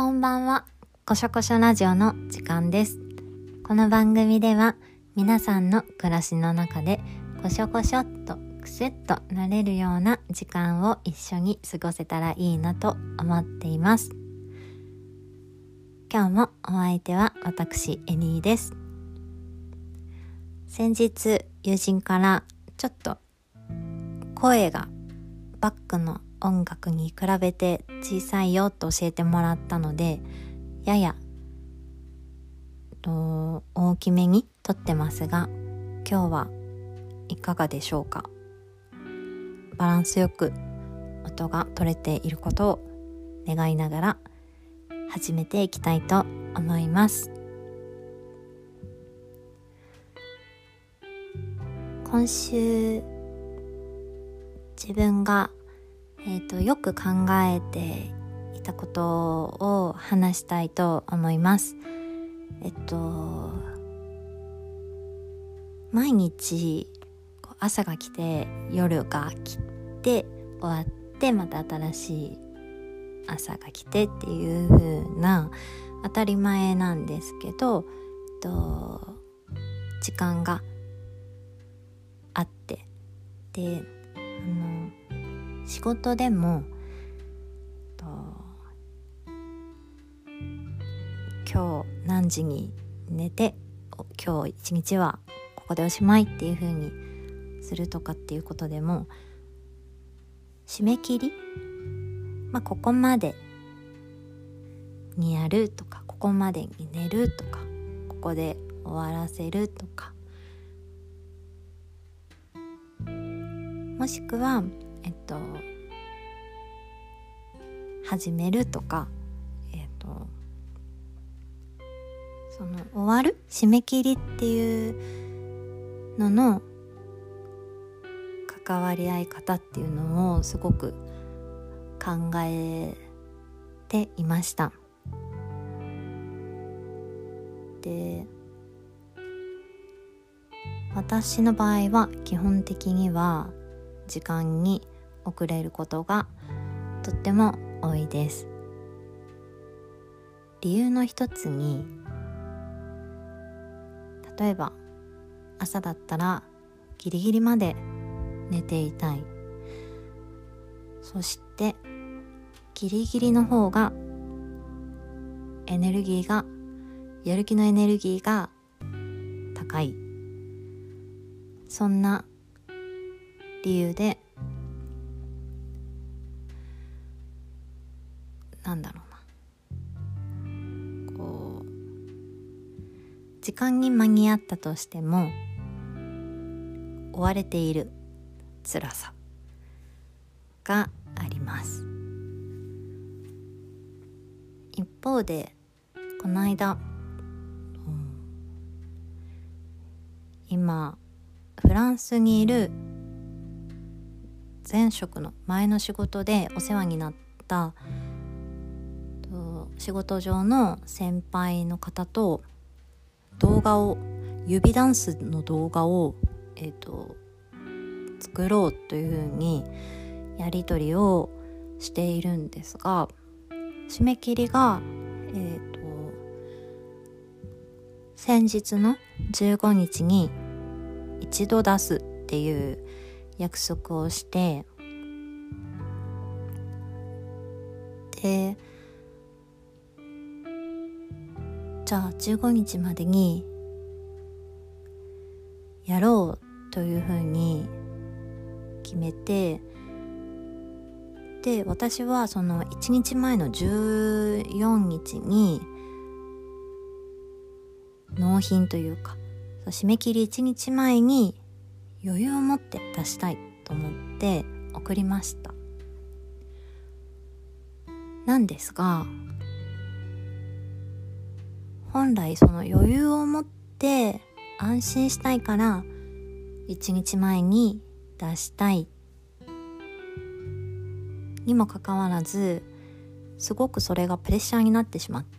こんばんは。こしょこしょラジオの時間です。この番組では皆さんの暮らしの中でこしょこしょっとクスッとなれるような時間を一緒に過ごせたらいいなと思っています。今日もお相手は私エニーです。先日友人からちょっと声がバックの音楽に比べて小さいよと教えてもらったので、やや大きめに撮ってますが、今日はいかがでしょうか。バランスよく音が取れていることを願いながら始めていきたいと思います。今週自分がよく考えていたことを話したいと思います。毎日朝が来て夜が来て終わってまた新しい朝が来てっていう風な当たり前なんですけど、時間があってで仕事でも今日何時に寝て今日一日はここでおしまいっていう風にするとかっていうことでも、締め切り、ここまでにやるとか、ここまでに寝るとか、ここで終わらせるとか、もしくは始めるとか、その終わる締め切りっていうのの関わり合い方っていうのをすごく考えていました。で、私の場合は基本的には時間に遅れることがとっても多いです。理由の一つに、例えば朝だったらギリギリまで寝ていたい。そしてギリギリの方がやる気のエネルギーが高い。そんな理由で時間に間に合ったとしても追われている辛さがあります。一方でこの間、今フランスにいる前職の前の仕事でお世話になった仕事上の先輩の方と指ダンスの動画を、作ろうというふうにやり取りをしているんですが、締め切りが、先日の15日に一度出すっていう約束をして、でじゃあ15日までにやろうというふうに決めて、で私はその1日前の14日に納品というか、締め切り1日前に余裕を持って出したいと思って送りました。なんですが、本来その余裕を持って安心したいから1日前に出したいにもかかわらず、すごくそれがプレッシャーになってしまって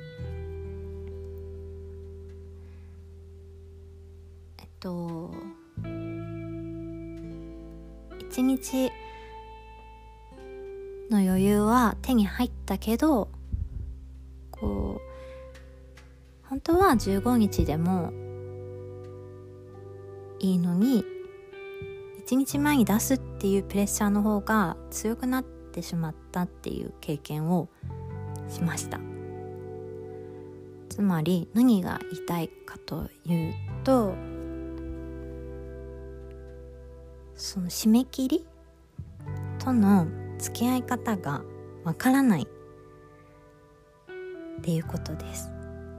、1日の余裕は手に入ったけど、 こう本当は15日でもいいのに1日前に出すっていうプレッシャーの方が強くなってしまったっていう経験をしました。つまり何が言いたいかというと、その締め切りとの付き合い方がわからないっていうことです。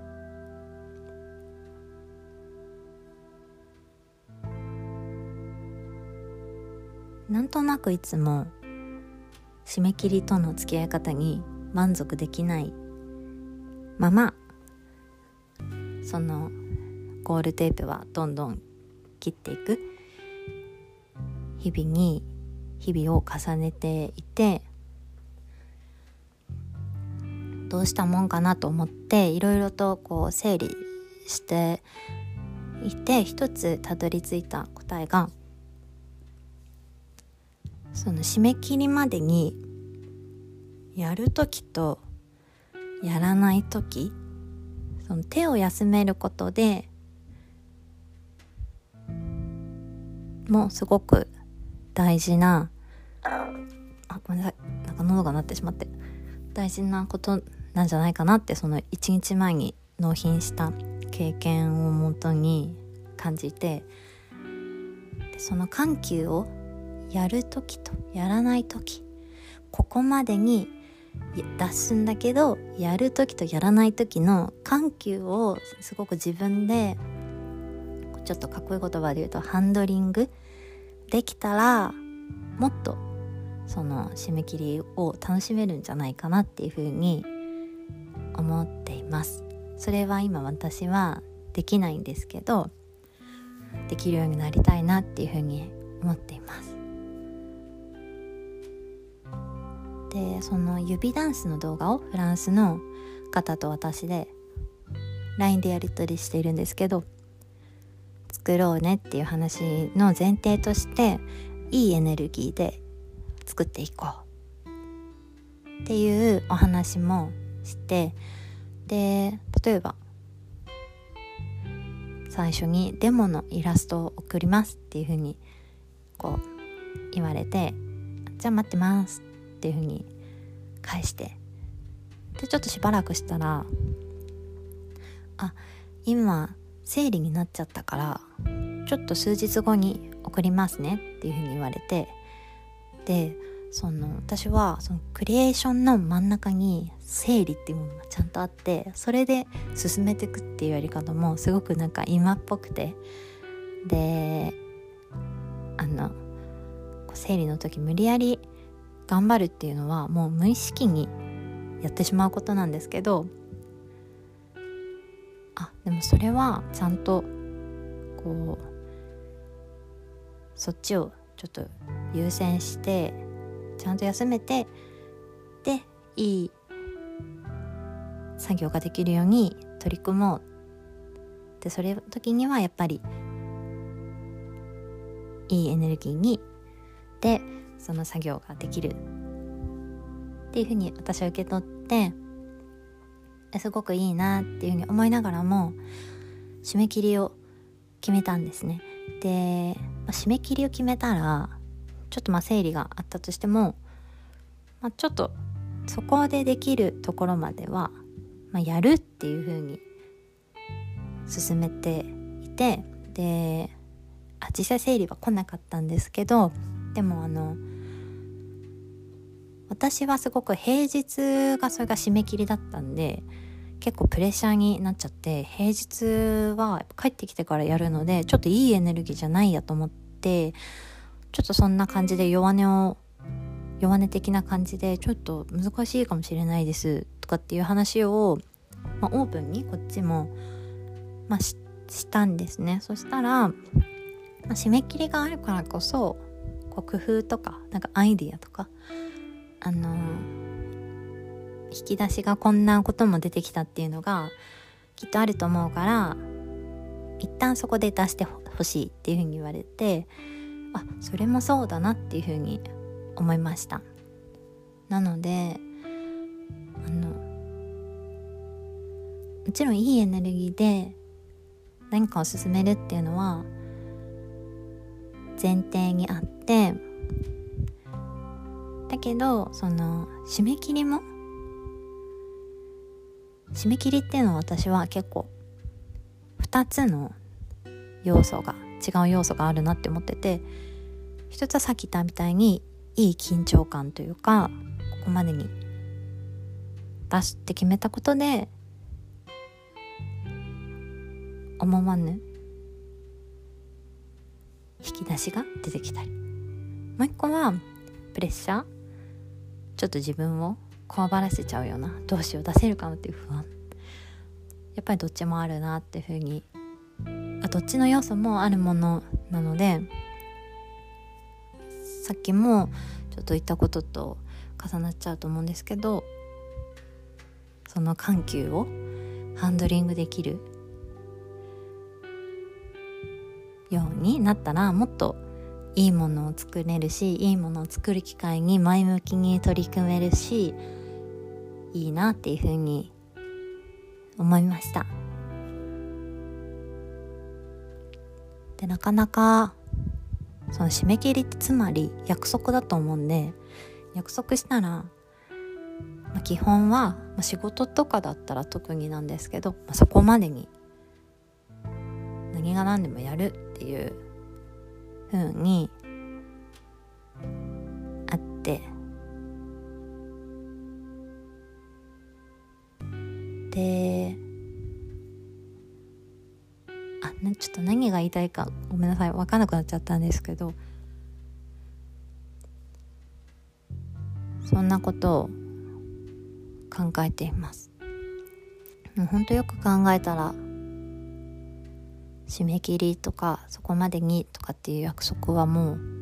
なんとなくいつも締め切りとの付き合い方に満足できないまま、そのゴールテープはどんどん切っていく日々を重ねていて、どうしたもんかなと思っていろいろとこう整理していて、一つたどり着いた答えが、その締め切りまでにやるときとやらないとき、その手を休めることでもうすごく大事な、ごめんなさい、なんか喉が鳴ってしまって、大事なことなんじゃないかなって、その1日前に納品した経験をもとに感じて、でその緩急をやるときとやらないとき、ここまでに出すんだけどやるときとやらないときの緩急をすごく自分で、ちょっとかっこいい言葉で言うとハンドリングできたら、もっとその締め切りを楽しめるんじゃないかなっていうふうに思っています。それは今私はできないんですけど、できるようになりたいなっていうふうに思っています。でその指ダンスの動画をフランスの方と私で LINE でやり取りしているんですけど、作ろうねっていう話の前提として、いいエネルギーで作っていこうっていうお話もして、で例えば最初にデモのイラストを送りますっていう風にこう言われて、じゃあ待ってますっていう風に返して、でちょっとしばらくしたら、今生理になっちゃったからちょっと数日後に送りますねっていう風に言われて、で私はそのクリエーションの真ん中に生理っていうものがちゃんとあって、それで進めていくっていうやり方もすごくなんか今っぽくて、で生理の時無理やり頑張るっていうのはもう無意識にやってしまうことなんですけど、でもそれはちゃんとこうそっちをちょっと優先してちゃんと休めて、でいい作業ができるように取り組もう。でそれ時にはやっぱりいいエネルギーにでその作業ができるっていうふうに私は受け取って、すごくいいなっていうふうに思いながらも締め切りを決めたんですね。で、締め切りを決めたらちょっと生理があったとしても、ちょっとそこでできるところまでは、やるっていう風に進めていて、で実際生理は来なかったんですけど、でも私はすごく平日がそれが締め切りだったんで結構プレッシャーになっちゃって、平日は帰ってきてからやるのでちょっといいエネルギーじゃないやと思って、ちょっとそんな感じで弱音的な感じで、ちょっと難しいかもしれないですとかっていう話を、オープンにこっちも、したんですね。そしたら、締め切りがあるからこそ工夫とかなんかアイディアとか引き出しがこんなことも出てきたっていうのがきっとあると思うから、一旦そこで出してほしいっていうふうに言われて、それもそうだなっていうふうに思いました。なのでもちろんいいエネルギーで何かを進めるっていうのは前提にあって、だけどその締め切りっていうのは私は結構2つの違う要素があるなって思ってて、一つはさっき言ったみたいにいい緊張感というか、ここまでに出すって決めたことで思わぬ引き出しが出てきたり、もう一個はプレッシャー、ちょっと自分をこわばらせちゃうような、どうしよう出せるかもっていう不安、やっぱりどっちもあるなっていうふうに、どっちの要素もあるものなので、さっきもちょっと言ったことと重なっちゃうと思うんですけど、その緩急をハンドリングできるようになったら、もっといいものを作れるし、いいものを作る機会に前向きに取り組めるし、いいなっていうふうに思いました。で、なかなかその締め切りってつまり約束だと思うんで、約束したら、基本は、仕事とかだったら特になんですけど、そこまでに何が何でもやるっていう風にあって、でちょっと何が言いたいかごめんなさい、分かんなくなっちゃったんですけど、そんなことを考えています。もうほんとよく考えたら、締め切りとかそこまでにとかっていう約束はもう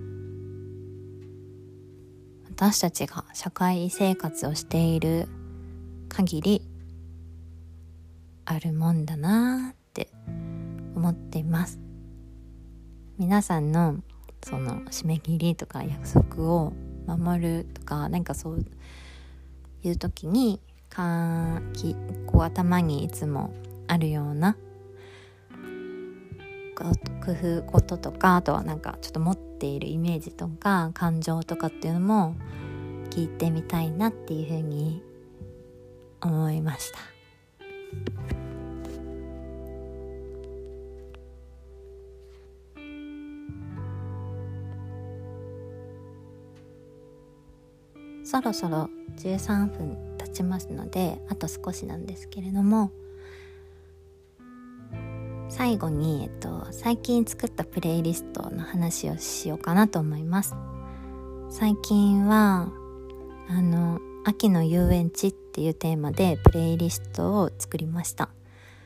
私たちが社会生活をしている限りあるもんだなって思っています。皆さんのその締め切りとか約束を守るとか、なんかそういう時にこう頭にいつもあるような工夫事とか、あとはなんかちょっと持っているイメージとか感情とかっていうのも聞いてみたいなっていうふうに思いました。そろそろ13分経ちますので、あと少しなんですけれども、最後に、最近作ったプレイリストの話をしようかなと思います。最近は秋の遊園地っていうテーマでプレイリストを作りました。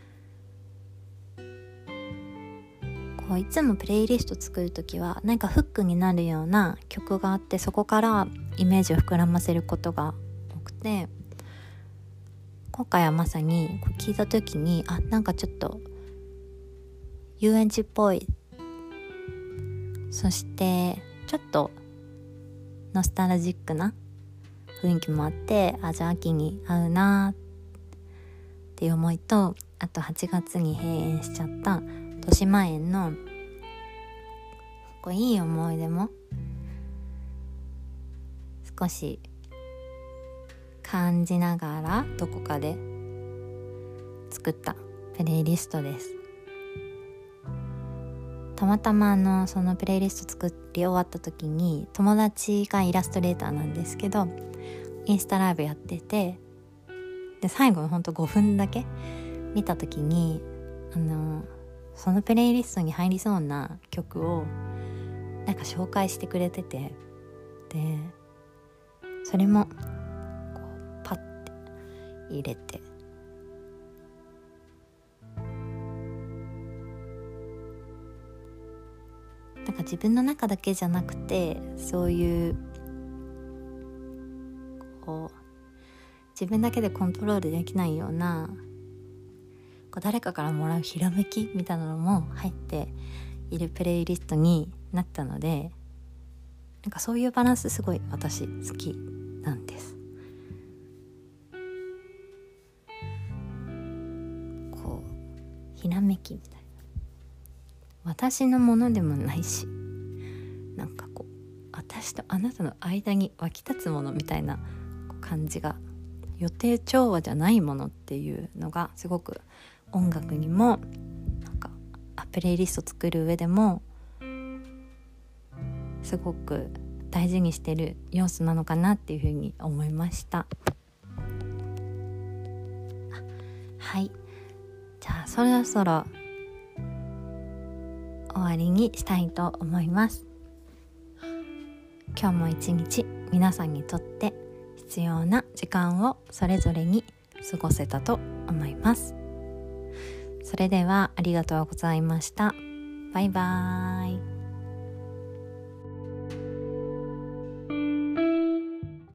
いつもプレイリスト作るときはなんかフックになるような曲があって、そこからイメージを膨らませることが多くて、今回はまさに聞いたときになんかちょっと遊園地っぽい、そしてちょっとノスタルジックな雰囲気もあって、じゃあ秋に合うなっていう思いと、あと8月に閉園しちゃった豊島園のいい思い出も少し感じながらどこかで作ったプレイリストです。たまたまそのプレイリスト作り終わった時に、友達がイラストレーターなんですけど、インスタライブやってて、で最後のほんと5分だけ見た時にそのプレイリストに入りそうな曲をなんか紹介してくれてて、でそれもパッて入れて、なんか自分の中だけじゃなくて、そういう自分だけでコントロールできないような誰かからもらうひらめきみたいなのも入っているプレイリストになったので、なんかそういうバランスすごい私好きなんです。 ひらめきみたいな、私のものでもないし、なんかこう私とあなたの間に湧き立つものみたいな感じが、予定調和じゃないものっていうのがすごく音楽にもなんかプレイリスト作る上でもすごく大事にしてる要素なのかなっていうふうに思いました。はい、じゃあそろそろ終わりにしたいと思います。今日も一日皆さんにとって必要な時間をそれぞれに過ごせたと思います。それではありがとうございました。バイバーイ。